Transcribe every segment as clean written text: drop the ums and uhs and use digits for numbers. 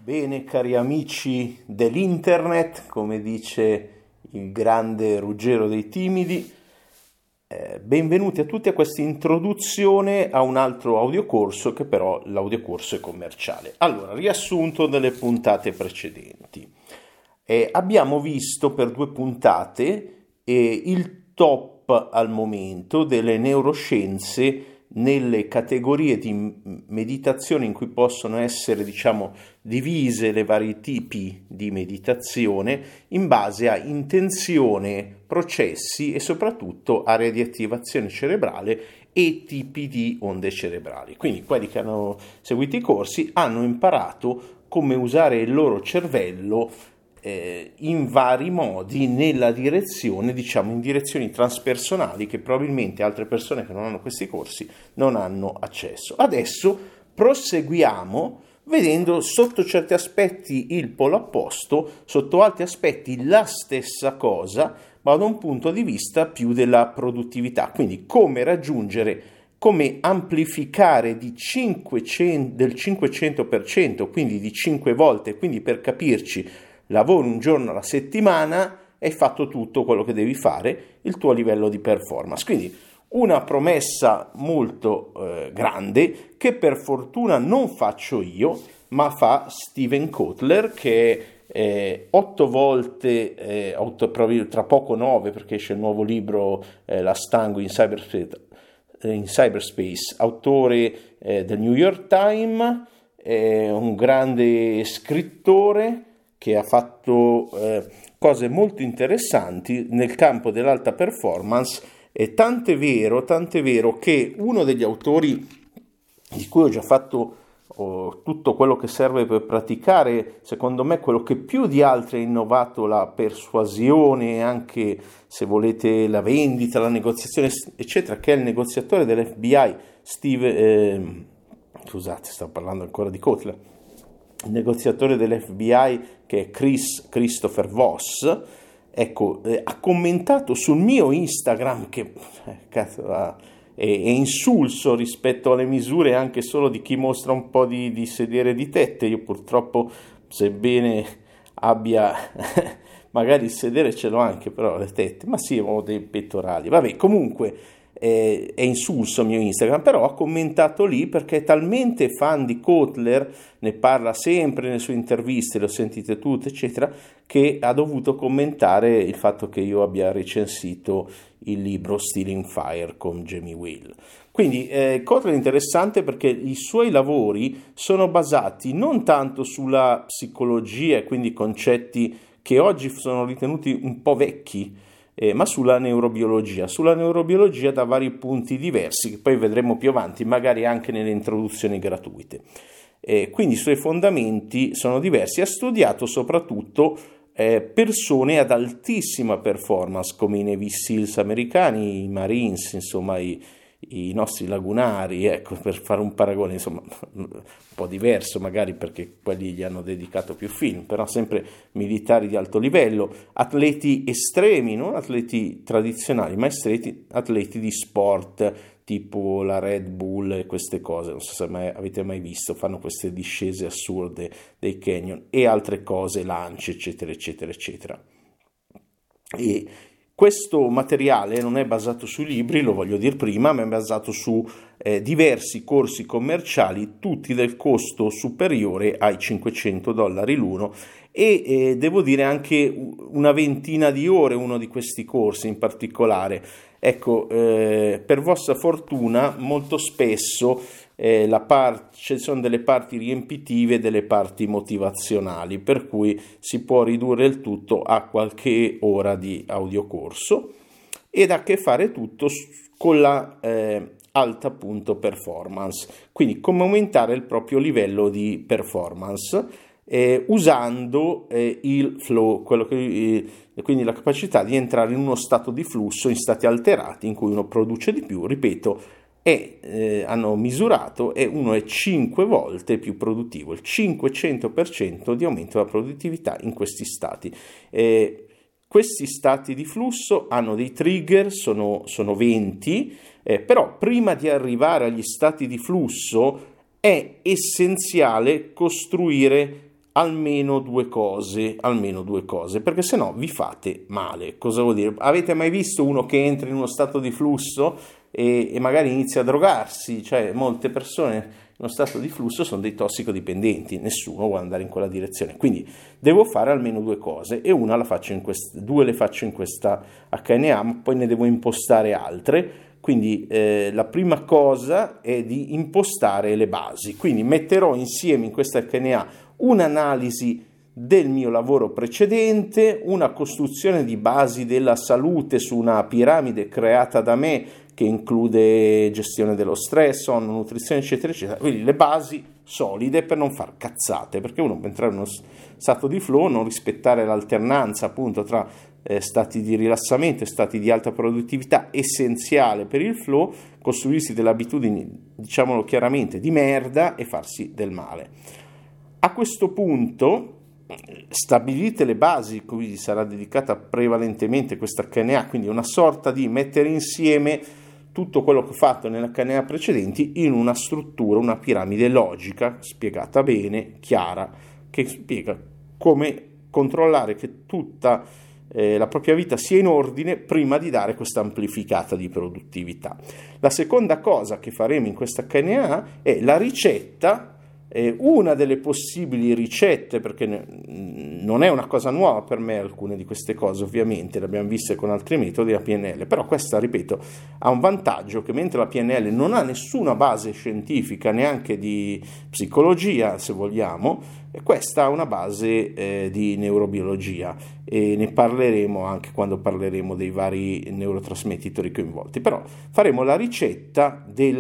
Bene, cari amici dell'internet, come dice il grande Ruggero dei Timidi, benvenuti a tutti a questa introduzione a un altro audiocorso che però l'audiocorso è commerciale. Allora, riassunto delle puntate precedenti. Abbiamo visto per 2 puntate il top al momento delle neuroscienze nelle categorie di meditazione in cui possono essere, divise le vari tipi di meditazione in base a intenzione, processi e soprattutto area di attivazione cerebrale e tipi di onde cerebrali. Quindi quelli che hanno seguito i corsi hanno imparato come usare il loro cervello in vari modi nella direzione, in direzioni transpersonali che probabilmente altre persone che non hanno questi corsi non hanno accesso. Adesso proseguiamo vedendo sotto certi aspetti il polo opposto, sotto altri aspetti la stessa cosa, ma da un punto di vista più della produttività, quindi come raggiungere, come amplificare del 500%, quindi di 5 volte, quindi per capirci, lavori un giorno alla settimana e hai fatto tutto quello che devi fare, il tuo livello di performance. Quindi una promessa molto grande che per fortuna non faccio io, ma fa Steven Kotler, che è 8 volte, tra poco 9 perché esce il nuovo libro La Stango in Cyberspace, autore del New York Times, un grande scrittore che ha fatto cose molto interessanti nel campo dell'alta performance, e tant'è vero che uno degli autori di cui ho già fatto tutto quello che serve per praticare, secondo me quello che più di altri ha innovato la persuasione, anche se volete la vendita, la negoziazione eccetera, che è il negoziatore dell'FBI, sto parlando ancora di Kotler, il negoziatore dell'FBI che è Christopher Voss, ha commentato sul mio Instagram che è insulso rispetto alle misure anche solo di chi mostra un po' di sedere di tette. Io purtroppo, sebbene abbia magari il sedere ce l'ho anche, però le tette, ma sì, ho dei pettorali, vabbè, comunque è insulso il mio Instagram, però ha commentato lì perché è talmente fan di Kotler, ne parla sempre nelle sue interviste, le ho sentite tutte eccetera, che ha dovuto commentare il fatto che io abbia recensito il libro Stealing Fire con Jamie Wheal. Quindi Kotler è interessante perché i suoi lavori sono basati non tanto sulla psicologia e quindi concetti che oggi sono ritenuti un po' vecchi, ma sulla neurobiologia da vari punti diversi, che poi vedremo più avanti, magari anche nelle introduzioni gratuite. Quindi i suoi fondamenti sono diversi. Ha studiato soprattutto persone ad altissima performance, come i Navy Seals americani, i Marines, insomma i nostri lagunari, per fare un paragone, insomma, un po' diverso magari perché quelli gli hanno dedicato più film, però sempre militari di alto livello, atleti estremi, non atleti tradizionali, ma atleti di sport, tipo la Red Bull e queste cose, non so se avete mai visto, fanno queste discese assurde dei canyon e altre cose, lance, eccetera, eccetera, eccetera. E questo materiale non è basato sui libri, lo voglio dire prima, ma è basato su diversi corsi commerciali, tutti del costo superiore ai $500 l'uno, e devo dire anche una ventina di ore uno di questi corsi in particolare. Per vostra fortuna molto spesso ci sono delle parti riempitive e delle parti motivazionali, per cui si può ridurre il tutto a qualche ora di audiocorso ed ha a che fare tutto con la alta performance, quindi come aumentare il proprio livello di performance usando il flow, quindi la capacità di entrare in uno stato di flusso, in stati alterati in cui uno produce di più, ripeto, hanno misurato e uno è 5 volte più produttivo, il 500% di aumento della produttività in questi stati. Questi stati di flusso hanno dei trigger, sono 20, però prima di arrivare agli stati di flusso è essenziale costruire almeno due cose, perché sennò vi fate male. Cosa vuol dire? Avete mai visto uno che entra in uno stato di flusso e magari inizia a drogarsi? Cioè, molte persone in uno stato di flusso sono dei tossicodipendenti, nessuno vuole andare in quella direzione. Quindi devo fare almeno due cose, e due le faccio in questa HNA, ma poi ne devo impostare altre. Quindi la prima cosa è di impostare le basi. Quindi metterò insieme in questa HNA un'analisi del mio lavoro precedente, una costruzione di basi della salute su una piramide creata da me che include gestione dello stress, sonno, nutrizione, eccetera, eccetera. Quindi le basi solide per non far cazzate, perché uno può entrare in uno stato di flow, non rispettare l'alternanza appunto tra stati di rilassamento e stati di alta produttività, essenziale per il flow, costruirsi delle abitudini, diciamolo chiaramente, di merda e farsi del male. A questo punto, stabilite le basi, cui sarà dedicata prevalentemente questa HNA, quindi una sorta di mettere insieme tutto quello che ho fatto nelle HNA precedenti in una struttura, una piramide logica, spiegata bene, chiara, che spiega come controllare che tutta la propria vita sia in ordine prima di dare questa amplificata di produttività. La seconda cosa che faremo in questa HNA è la ricetta. Una delle possibili ricette, perché non è una cosa nuova per me alcune di queste cose, ovviamente le abbiamo viste con altri metodi, la PNL, però questa, ripeto, ha un vantaggio, che mentre la PNL non ha nessuna base scientifica, neanche di psicologia se vogliamo, questa ha una base di neurobiologia, e ne parleremo anche quando parleremo dei vari neurotrasmettitori coinvolti. Però faremo la ricetta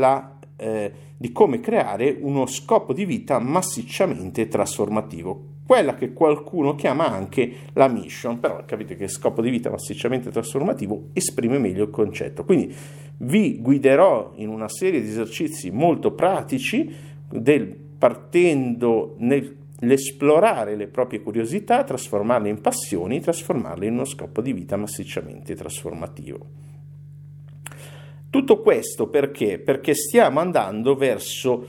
di come creare uno scopo di vita massicciamente trasformativo, quella che qualcuno chiama anche la mission, però capite che scopo di vita massicciamente trasformativo esprime meglio il concetto. Quindi vi guiderò in una serie di esercizi molto pratici partendo nell'esplorare le proprie curiosità, trasformarle in passioni, trasformarle in uno scopo di vita massicciamente trasformativo. Tutto questo perché? Perché stiamo andando verso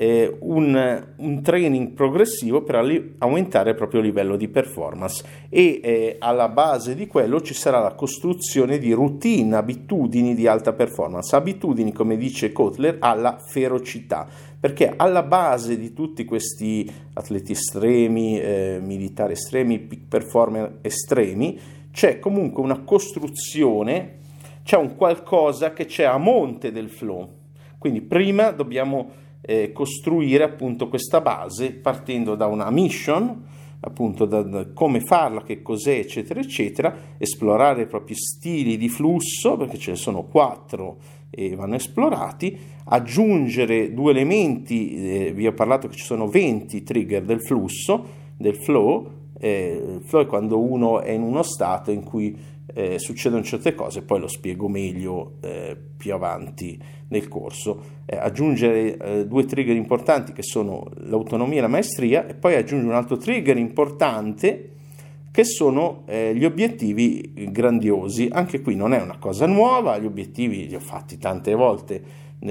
un training progressivo per aumentare il proprio livello di performance, e alla base di quello ci sarà la costruzione di routine, abitudini di alta performance, abitudini, come dice Kotler, alla ferocità, perché alla base di tutti questi atleti estremi, militari estremi, peak performer estremi, c'è comunque una costruzione, c'è un qualcosa che c'è a monte del flow. Quindi prima dobbiamo costruire appunto questa base partendo da una mission, appunto da come farla, che cos'è, eccetera eccetera, esplorare i propri stili di flusso, perché ce ne sono 4 e vanno esplorati, aggiungere 2 elementi, vi ho parlato che ci sono 20 trigger del flusso, del flow. Il flow è quando uno è in uno stato in cui succedono certe cose, poi lo spiego meglio più avanti nel corso. Aggiungere 2 trigger importanti che sono l'autonomia e la maestria, e poi aggiungere un altro trigger importante che sono gli obiettivi grandiosi. Anche qui non è una cosa nuova, gli obiettivi li ho fatti tante volte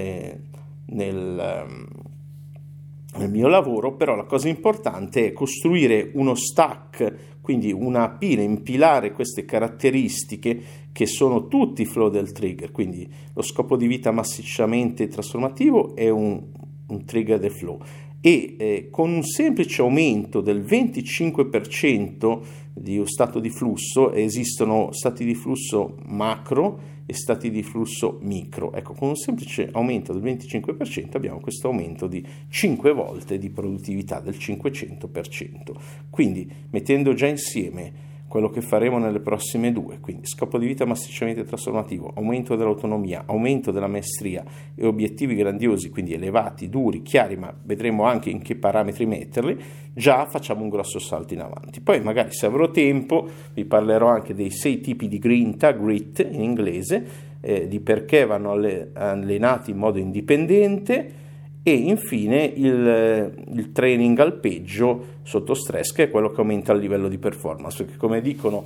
nel mio lavoro, però la cosa importante è costruire uno stack, quindi una pila, impilare queste caratteristiche che sono tutti i flow del trigger. Quindi lo scopo di vita massicciamente trasformativo è un trigger del flow, e con un semplice aumento del 25% di uno stato di flusso, esistono stati di flusso macro e stati di flusso micro. Ecco, con un semplice aumento del 25% abbiamo questo aumento di 5 volte di produttività del 500%. Quindi, mettendo già insieme quello che faremo nelle prossime 2, quindi scopo di vita massicciamente trasformativo, aumento dell'autonomia, aumento della maestria e obiettivi grandiosi, quindi elevati, duri, chiari, ma vedremo anche in che parametri metterli, già facciamo un grosso salto in avanti. Poi magari, se avrò tempo, vi parlerò anche dei 6 tipi di grinta, grit in inglese, di perché vanno allenati in modo indipendente, e infine il training al peggio sotto stress, che è quello che aumenta il livello di performance, perché come dicono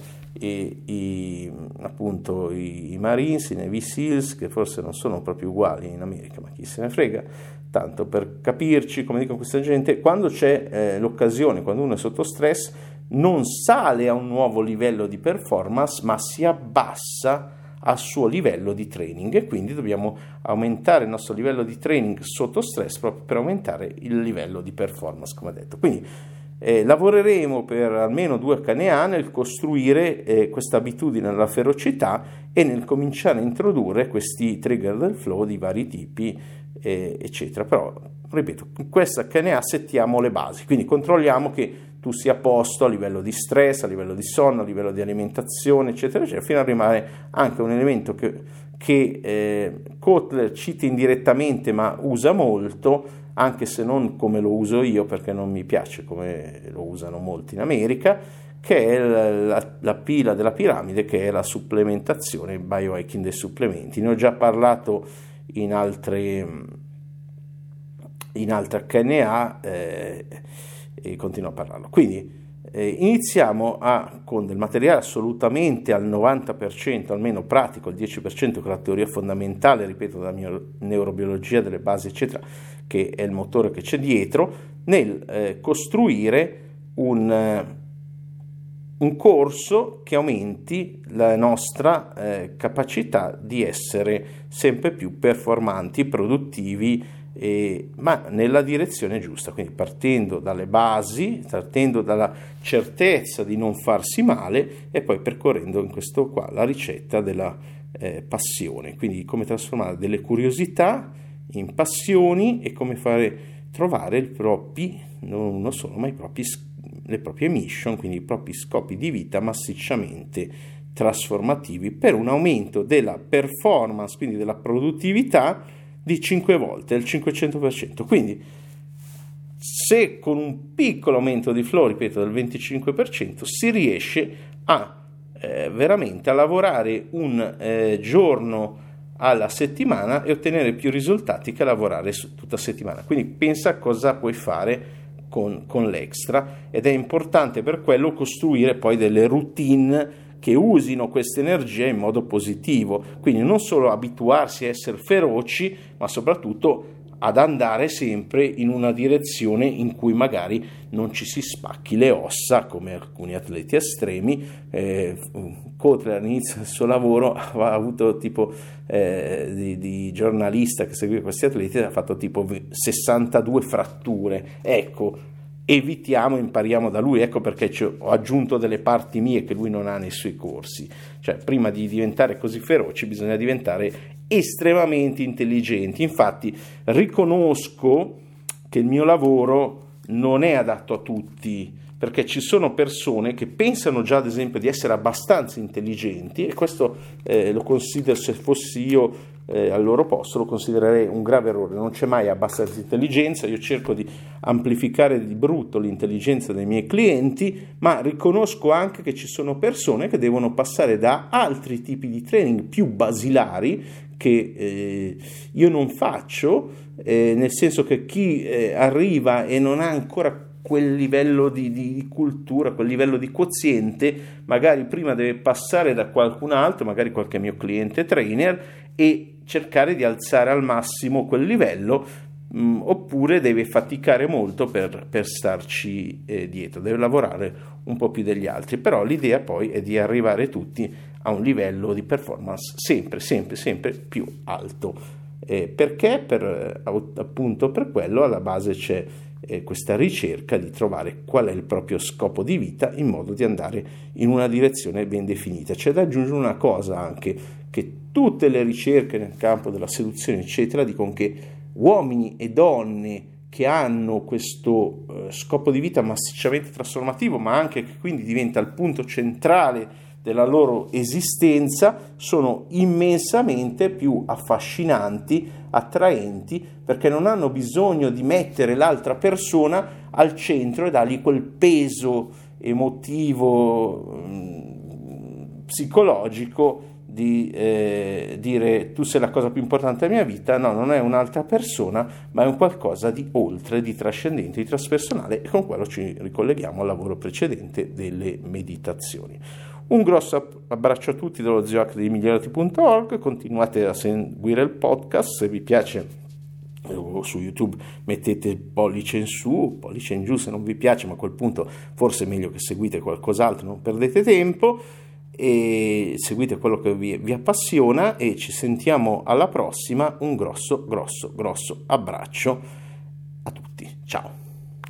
appunto i Marines, i Navy Seals, che forse non sono proprio uguali in America, ma chi se ne frega, tanto per capirci, come dicono questa gente, quando c'è l'occasione, quando uno è sotto stress, non sale a un nuovo livello di performance, ma si abbassa al suo livello di training, e quindi dobbiamo aumentare il nostro livello di training sotto stress proprio per aumentare il livello di performance, come detto. Quindi lavoreremo per almeno 2 HNA nel costruire questa abitudine alla ferocità e nel cominciare a introdurre questi trigger del flow di vari tipi, eccetera. Però, ripeto, in questa HNA settiamo le basi, quindi controlliamo che tu sia a posto a livello di stress, a livello di sonno, a livello di alimentazione, eccetera, eccetera, fino ad arrivare anche a un elemento che Kotler cita indirettamente ma usa molto, anche se non come lo uso io, perché non mi piace come lo usano molti in America, che è la pila della piramide, che è la supplementazione, biohacking dei supplementi. Ne ho già parlato in altre HNA, e continuo a parlarlo. Quindi iniziamo con del materiale assolutamente al 90%, almeno pratico, il 10% con la teoria fondamentale, ripeto, della mia neurobiologia, delle basi, eccetera, che è il motore che c'è dietro, nel costruire un corso che aumenti la nostra capacità di essere sempre più performanti, produttivi, ma nella direzione giusta, quindi partendo dalle basi, partendo dalla certezza di non farsi male e poi percorrendo in questo qua la ricetta della passione, quindi come trasformare delle curiosità in passioni e come trovare non uno solo, ma le proprie mission, quindi i propri scopi di vita massicciamente trasformativi per un aumento della performance, quindi della produttività, di 5 volte, il 500%. Quindi se con un piccolo aumento di flow, ripeto, del 25%, si riesce veramente a lavorare un giorno alla settimana e ottenere più risultati che lavorare su tutta settimana. Quindi pensa a cosa puoi fare con l'extra, ed è importante per quello costruire poi delle routine che usino questa energia in modo positivo, quindi non solo abituarsi a essere feroci, ma soprattutto ad andare sempre in una direzione in cui magari non ci si spacchi le ossa come alcuni atleti estremi. Kotler all'inizio del suo lavoro aveva avuto tipo di giornalista che seguiva questi atleti, ha fatto tipo 62 fratture. Ecco, impariamo da lui, ecco perché ho aggiunto delle parti mie che lui non ha nei suoi corsi. Cioè, prima di diventare così feroci bisogna diventare estremamente intelligenti. Infatti riconosco che il mio lavoro non è adatto a tutti, perché ci sono persone che pensano già, ad esempio, di essere abbastanza intelligenti, e questo lo considero, se fossi io al loro posto, lo considererei un grave errore. Non c'è mai abbastanza intelligenza. Io cerco di amplificare di brutto l'intelligenza dei miei clienti, ma riconosco anche che ci sono persone che devono passare da altri tipi di training più basilari che io non faccio, nel senso che chi arriva e non ha ancora quel livello di cultura, quel livello di quoziente, magari prima deve passare da qualcun altro, magari qualche mio cliente trainer, e cercare di alzare al massimo quel livello, oppure deve faticare molto per starci dietro, deve lavorare un po' più degli altri. Però l'idea poi è di arrivare tutti a un livello di performance sempre più alto, perché appunto per quello alla base c'è questa ricerca di trovare qual è il proprio scopo di vita, in modo di andare in una direzione ben definita. C'è da aggiungere una cosa anche, che tutte le ricerche nel campo della seduzione eccetera dicono che uomini e donne che hanno questo scopo di vita massicciamente trasformativo, ma anche che quindi diventa il punto centrale della loro esistenza, sono immensamente più affascinanti, attraenti, perché non hanno bisogno di mettere l'altra persona al centro e dargli quel peso emotivo, psicologico di dire tu sei la cosa più importante della mia vita. No, non è un'altra persona, ma è un qualcosa di oltre, di trascendente, di traspersonale, e con quello ci ricolleghiamo al lavoro precedente delle meditazioni. Un grosso abbraccio a tutti dallo zio Hack di migliorati.org. Continuate a seguire il podcast, se vi piace su YouTube mettete pollice in su, pollice in giù se non vi piace, ma a quel punto forse è meglio che seguite qualcos'altro, non perdete tempo e seguite quello che vi appassiona, e ci sentiamo alla prossima. Un grosso abbraccio a tutti, ciao.